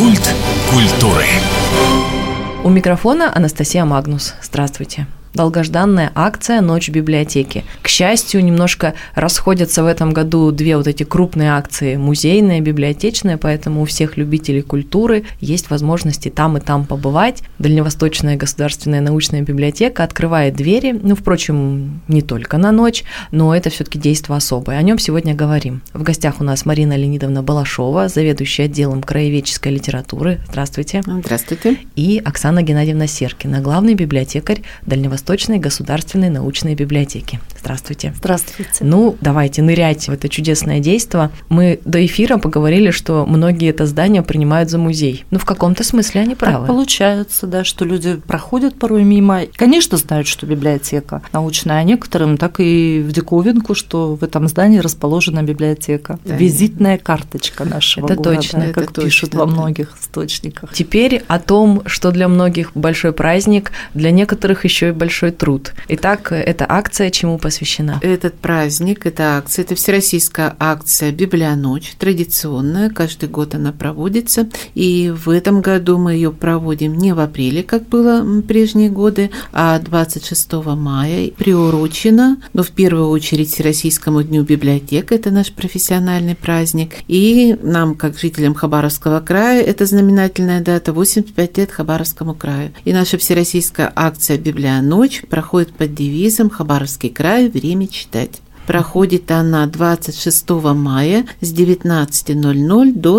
Культ культуры. У микрофона Анастасия Магнус. Здравствуйте. Долгожданная акция «Ночь в библиотеке». К счастью, немножко расходятся в этом году две вот эти крупные акции – музейная, библиотечная, поэтому у всех любителей культуры есть возможности там и там побывать. Дальневосточная государственная научная библиотека открывает двери, впрочем, не только на ночь, но это все-таки действо особое. О нем сегодня говорим. В гостях у нас Марина Леонидовна Балашова, заведующая отделом краеведческой литературы. Здравствуйте. Здравствуйте. И Оксана Геннадьевна Серкина, главный библиотекарь Дальневосточной государственной научной библиотеки. Здравствуйте. Здравствуйте. Давайте нырять в это чудесное действо. Мы до эфира поговорили, что многие это здание принимают за музей. В каком-то смысле они правы. Так получается, да, что люди проходят порой мимо. Конечно, знают, что библиотека научная, а некоторым так и в диковинку, что в этом здании расположена библиотека. Да. Визитная карточка нашего города, точно, как пишут во многих источниках. Теперь о том, что для многих большой праздник, для некоторых еще и большой труд. Итак, эта акция чему посвящена? Этот праздник, эта акция, это всероссийская акция «Библионочь», традиционная, каждый год она проводится, и в этом году мы ее проводим не в апреле, как было в прежние годы, а 26 мая, приурочена, в первую очередь Всероссийскому дню библиотек, это наш профессиональный праздник, и нам, как жителям Хабаровского края, это знаменательная дата, 85 лет Хабаровскому краю. И наша всероссийская акция «Библионочь» проходит под девизом «Хабаровский край. Время читать». Проходит она 26 мая с 19:00 до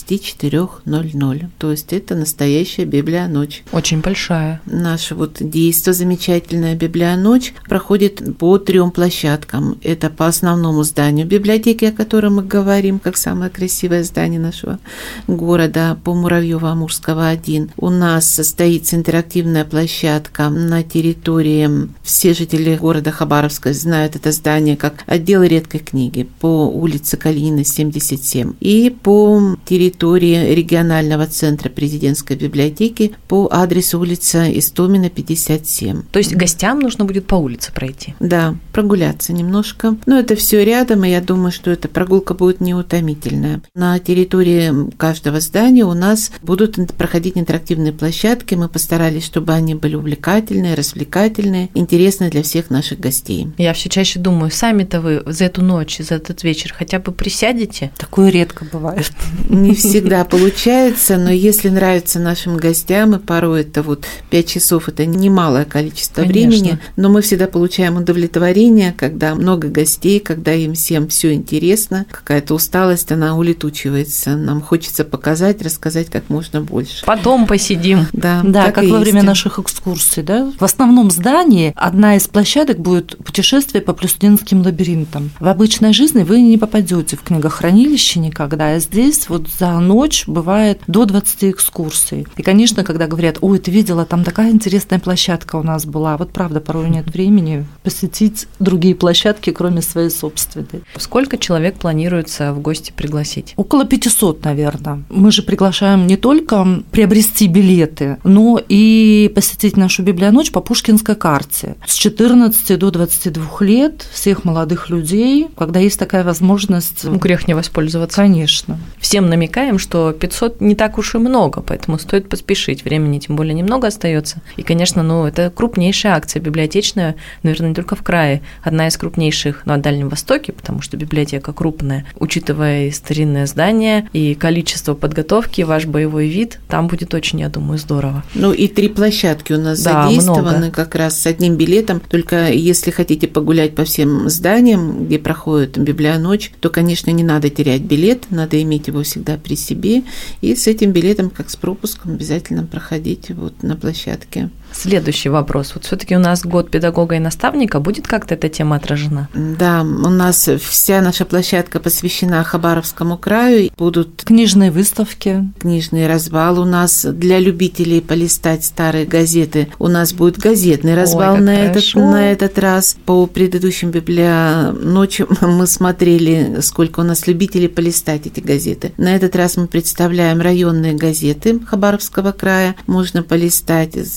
24:00. То есть это настоящая библионочь. Очень большая. Наше действо, замечательная библионочь, проходит по 3 площадкам. Это по основному зданию библиотеки, о котором мы говорим, как самое красивое здание нашего города, по Муравьёва-Амурского 1. У нас состоится интерактивная площадка на территории. Все жители города Хабаровска знают это здание как отдел редкой книги по улице Калинина, 77, и по территории регионального центра президентской библиотеки по адресу улица Истомина, 57. То есть гостям нужно будет по улице пройти? Да, прогуляться немножко. Но это все рядом, и я думаю, что эта прогулка будет неутомительная. На территории каждого здания у нас будут проходить интерактивные площадки. Мы постарались, чтобы они были увлекательные, развлекательные, интересные для всех наших гостей. Я все чаще думаю, сами-то вы за эту ночь, за этот вечер хотя бы присядете? Такое редко бывает. Не всегда получается, но если нравится нашим гостям, и порой это 5 часов, это немалое количество времени, но мы всегда получаем удовлетворение, когда много гостей, когда им всем все интересно, какая-то усталость, она улетучивается. Нам хочется показать, рассказать как можно больше. Потом посидим. Да, как во время наших экскурсий. Да? В основном здании одна из площадок будет путешествие по Плюснинским лабиринтам. В обычной жизни вы не попадете в книгохранилище никогда, а здесь за ночь бывает до 20 экскурсий. И, конечно, когда говорят, ой, ты видела, там такая интересная площадка у нас была, правда, порой нет времени посетить другие площадки, кроме своей собственной. Сколько человек планируется в гости пригласить? Около 500, наверное. Мы же приглашаем не только приобрести билеты, но и посетить нашу библионочь по Пушкинской карте. С 14 до 22 лет всех молодых людей, когда есть такая возможность. Грех не воспользоваться. Конечно. Всем намекаем, что 500 не так уж и много, поэтому стоит поспешить. Времени тем более немного остается. И, конечно, это крупнейшая акция библиотечная, наверное, не только в крае, одна из крупнейших на Дальнем Востоке, потому что библиотека крупная. Учитывая и старинное здание, и количество подготовки, ваш боевой вид, там будет очень, я думаю, здорово. И 3 площадки у нас задействованы много. Как раз с одним билетом. Только если хотите погулять по всем зданиям, где проходит библионочь, то, конечно, не надо терять билет, надо иметь его всегда при себе, и с этим билетом, как с пропуском, обязательно проходить на площадке. Следующий вопрос. Все-таки у нас год педагога и наставника. Будет как-то эта тема отражена? Да, у нас вся наша площадка посвящена Хабаровскому краю. Будут книжные выставки, книжный развал у нас для любителей полистать старые газеты. У нас будет газетный развал на этот раз. По предыдущим библионочам мы смотрели, сколько у нас любителей полистать эти газеты. На этот раз мы представляем районные газеты Хабаровского края. Можно полистать газеты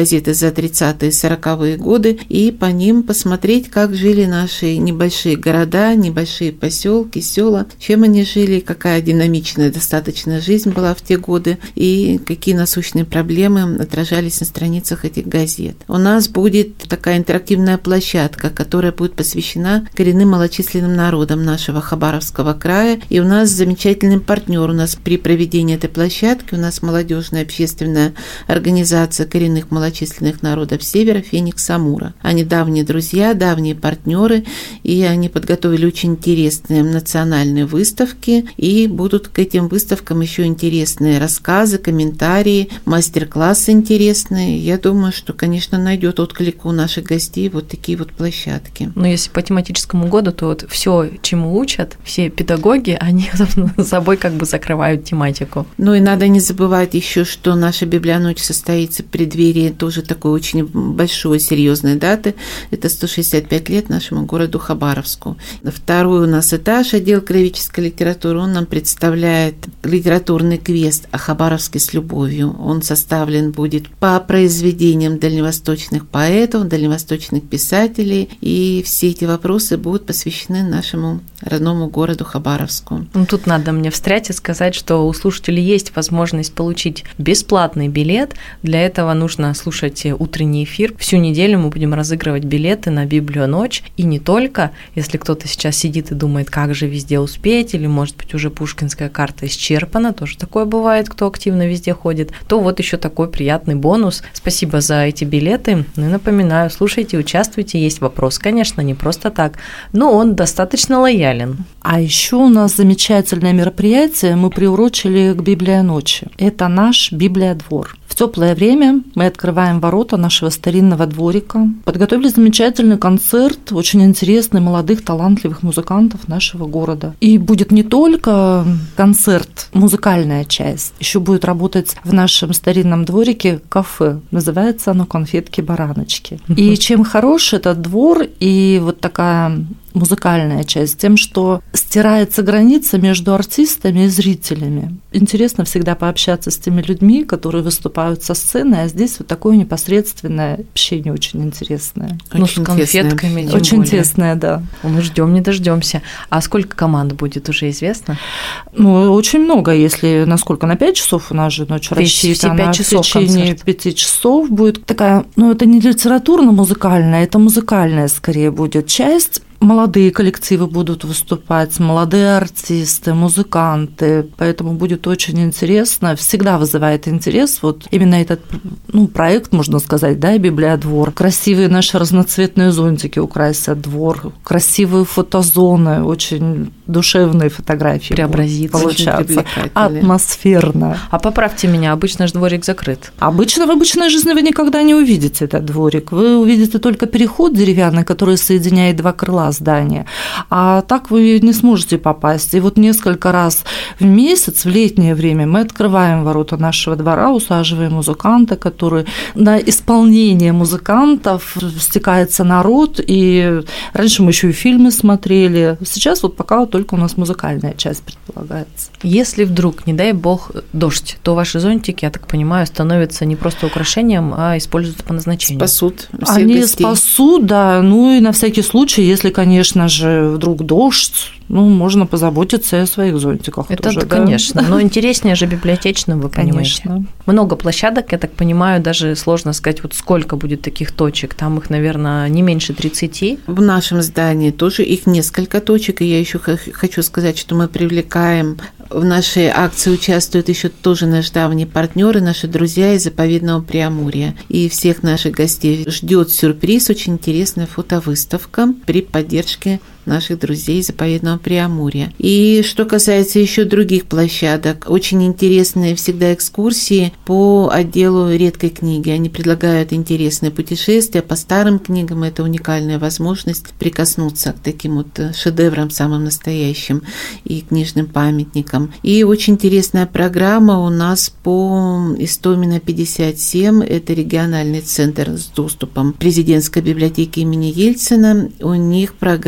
газеты за 30-е и 40-е годы, и по ним посмотреть, как жили наши небольшие города, небольшие поселки, села, чем они жили, какая динамичная достаточно жизнь была в те годы, и какие насущные проблемы отражались на страницах этих газет. У нас будет такая интерактивная площадка, которая будет посвящена коренным малочисленным народам нашего Хабаровского края, и у нас замечательный партнер. У нас при проведении этой площадки у нас молодежная общественная организация коренных малочисленных народов Севера «Феникс Амура». Они давние друзья, давние партнеры, и они подготовили очень интересные национальные выставки, и будут к этим выставкам еще интересные рассказы, комментарии, мастер-классы интересные. Я думаю, что, конечно, найдет отклик у наших гостей вот такие вот площадки. Но если по тематическому году, то вот все, чему учат, все педагоги, они с собой как бы закрывают тематику. Ну и надо не забывать еще, что наша библионочь состоится в преддверии тоже такой очень большой, серьезной даты. Это 165 лет нашему городу Хабаровску. Второй у нас этаж, отдел краеведческой литературы, он нам представляет литературный квест о Хабаровске с любовью. Он составлен будет по произведениям дальневосточных поэтов, дальневосточных писателей, и все эти вопросы будут посвящены нашему родному городу Хабаровску. Ну, тут надо мне встрять и сказать, что у слушателей есть возможность получить бесплатный билет. Для этого нужно слушать утренний эфир. Всю неделю мы будем разыгрывать билеты на Библионочь. И не только, если кто-то сейчас сидит и думает, как же везде успеть, или, может быть, уже пушкинская карта исчерпана, тоже такое бывает, кто активно везде ходит, то вот еще такой приятный бонус. Спасибо за эти билеты. Ну и напоминаю, слушайте, участвуйте. Есть вопрос, конечно, не просто так, но он достаточно лоялен. А еще у нас замечательное мероприятие мы приурочили к Библионочи. Это наш Библиодвор. В теплое время мы открываем ворота нашего старинного дворика. Подготовили замечательный концерт, очень интересный, молодых, талантливых музыкантов нашего города. И будет не только концерт, музыкальная часть, еще будет работать в нашем старинном дворике кафе. Называется оно «Конфетки-бараночки». И чем хорош этот двор и вот такая музыкальная часть, тем, что стирается граница между артистами и зрителями. Интересно всегда пообщаться с теми людьми, которые выступают со сцены, а здесь вот такое непосредственное общение очень интересное. Ну, с конфетками. Очень тесное, да. Мы ждем, не дождемся. А сколько команд будет, уже известно? Ну, очень много, если насколько на 5 часов у нас же ночь рассчитана. В течение 5 часов будет такая, ну, это не литературно-музыкальная, это музыкальная скорее будет часть. Молодые коллективы будут выступать, молодые артисты, музыканты, поэтому будет очень интересно, всегда вызывает интерес вот именно этот, ну, проект, можно сказать, да, Библиодвор. Красивые наши разноцветные зонтики украсят двор, красивые фотозоны, очень душевные фотографии преобразится, получаться, атмосферно. А поправьте меня, обычно же дворик закрыт. Обычно в обычной жизни вы никогда не увидите этот дворик, вы увидите только переход деревянный, который соединяет два крыла здания, а так вы не сможете попасть. И вот несколько раз в месяц, в летнее время, мы открываем ворота нашего двора, усаживаем музыканта, который на исполнение музыкантов стекается народ, и раньше мы еще и фильмы смотрели, сейчас вот пока только у нас музыкальная часть предполагается. Если вдруг, не дай бог, дождь, то ваши зонтики, я так понимаю, становятся не просто украшением, а используются по назначению. Спасут всех Они гостей. Спасут, да, ну и на всякий случай, если, конечно же, вдруг дождь, ну, можно позаботиться и о своих зонтиках. Это тоже, конечно, да? Но интереснее же библиотечным, вы понимаете. Конечно. Много площадок, я так понимаю, даже сложно сказать, вот сколько будет таких точек, там их, наверное, не меньше 30. В нашем здании тоже их несколько точек, и я еще хочу сказать, что мы привлекаем, в нашей акции участвуют еще тоже наши давние партнеры, наши друзья из заповедного Преамурья. И всех наших гостей ждет сюрприз, очень интересная фотовыставка при поддержке наших друзей из заповедного Преамурья. И что касается еще других площадок, очень интересные всегда экскурсии по отделу редкой книги. Они предлагают интересные путешествия по старым книгам. Это уникальная возможность прикоснуться к таким вот шедеврам самым настоящим и книжным памятникам. И очень интересная программа у нас по Истомина 57. Это региональный центр с доступом президентской библиотеки имени Ельцина. У них программа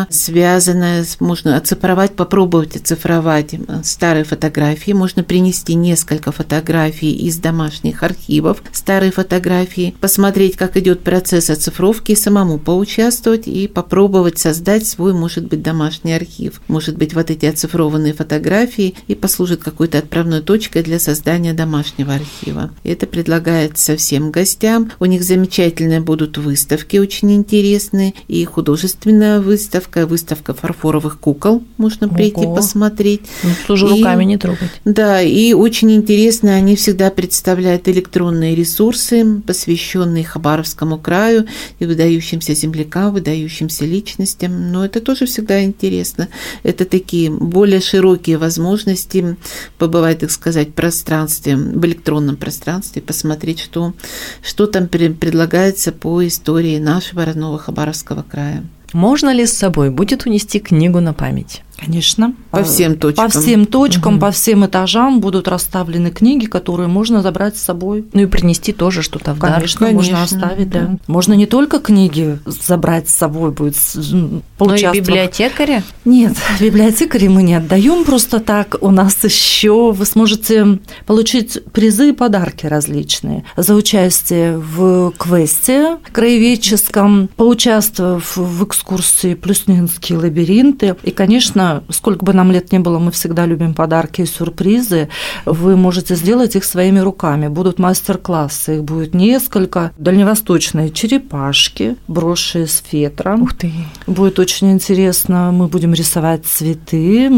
тема, связанная с... Можно оцифровать, попробовать оцифровать старые фотографии. Можно принести несколько фотографий из домашних архивов, старые фотографии, посмотреть, как идет процесс оцифровки, самому поучаствовать и попробовать создать свой, может быть, домашний архив. Может быть, вот эти оцифрованные фотографии и послужат какой-то отправной точкой для создания домашнего архива. Это предлагается всем гостям. У них замечательные будут выставки, очень интересные, и художественная выставка, выставка фарфоровых кукол, можно прийти посмотреть. Ну, тоже руками не трогать. Да, и очень интересно, они всегда представляют электронные ресурсы, посвященные Хабаровскому краю и выдающимся землякам, выдающимся личностям. Но это тоже всегда интересно. Это такие более широкие возможности побывать, так сказать, в пространстве, в электронном пространстве, посмотреть, что там предлагается по истории нашего родного Хабаровского края. Можно ли с собой будет унести книгу на память? Конечно. По всем точкам. По всем точкам, по всем этажам будут расставлены книги, которые можно забрать с собой. Ну и принести тоже что-то в дар. Конечно, можно оставить, да. Можно не только книги забрать с собой, будет поучаствовать. Но и библиотекаря? Нет, библиотекарей мы не отдаем просто так. У нас еще вы сможете получить призы и подарки различные за участие в квесте краеведческом, поучаствовав в экскурсии «Плюснинские лабиринты». И, конечно, сколько бы нам лет ни было, мы всегда любим подарки и сюрпризы. Вы можете сделать их своими руками. Будут мастер-классы, их будет несколько. Дальневосточные черепашки, броши из фетра. Ух ты! Будет очень интересно. Мы будем рисовать цветы.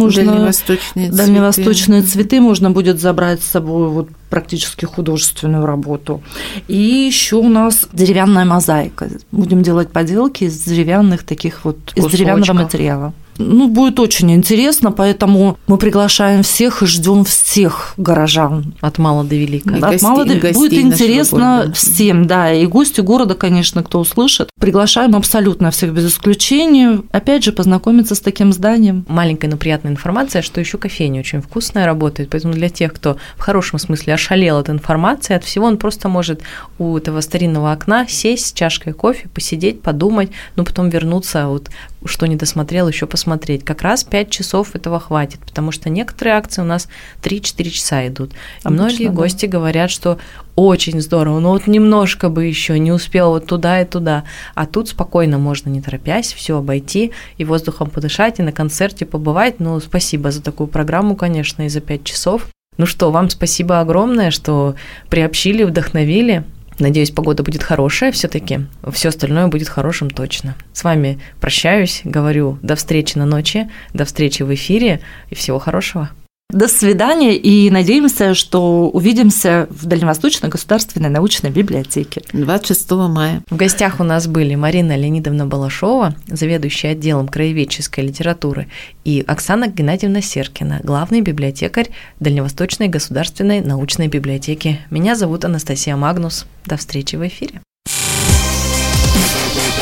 Дальневосточные цветы можно будет забрать с собой вот практически художественную работу. И еще у нас деревянная мозаика. Будем делать поделки из деревянных таких вот, из деревянного материала. Ну, будет очень интересно, поэтому мы приглашаем всех и ждем всех горожан. От мала до велика. От мала до велика. Будет интересно всем, да, и гости города, конечно, кто услышит. Приглашаем абсолютно всех без исключения. Опять же, познакомиться с таким зданием. Маленькая, но приятная информация, что еще кофейня очень вкусная работает, поэтому для тех, кто в хорошем смысле ошалел от информации, от всего, он просто может у этого старинного окна сесть с чашкой кофе, посидеть, подумать, но потом вернуться, вот что не досмотрел, еще посмотреть. Как раз 5 часов этого хватит, потому что некоторые акции у нас 3-4 часа идут. И многие гости говорят, что очень здорово, но вот немножко бы еще не успел вот туда и туда. А тут спокойно можно, не торопясь, все обойти и воздухом подышать, и на концерте побывать. Ну, спасибо за такую программу, конечно, и за 5 часов. Ну что, вам спасибо огромное, что приобщили, вдохновили. Надеюсь, погода будет хорошая все-таки. Все остальное будет хорошим точно. С вами прощаюсь, говорю до встречи на ночи, до встречи в эфире и всего хорошего. До свидания, и надеемся, что увидимся в Дальневосточной государственной научной библиотеке 26 мая. В гостях у нас были Марина Леонидовна Балашова, заведующая отделом краеведческой литературы, и Оксана Геннадьевна Серкина, главный библиотекарь Дальневосточной государственной научной библиотеки. Меня зовут Анастасия Магнус. До встречи в эфире.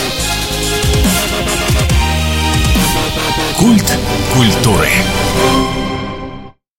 Культ культуры.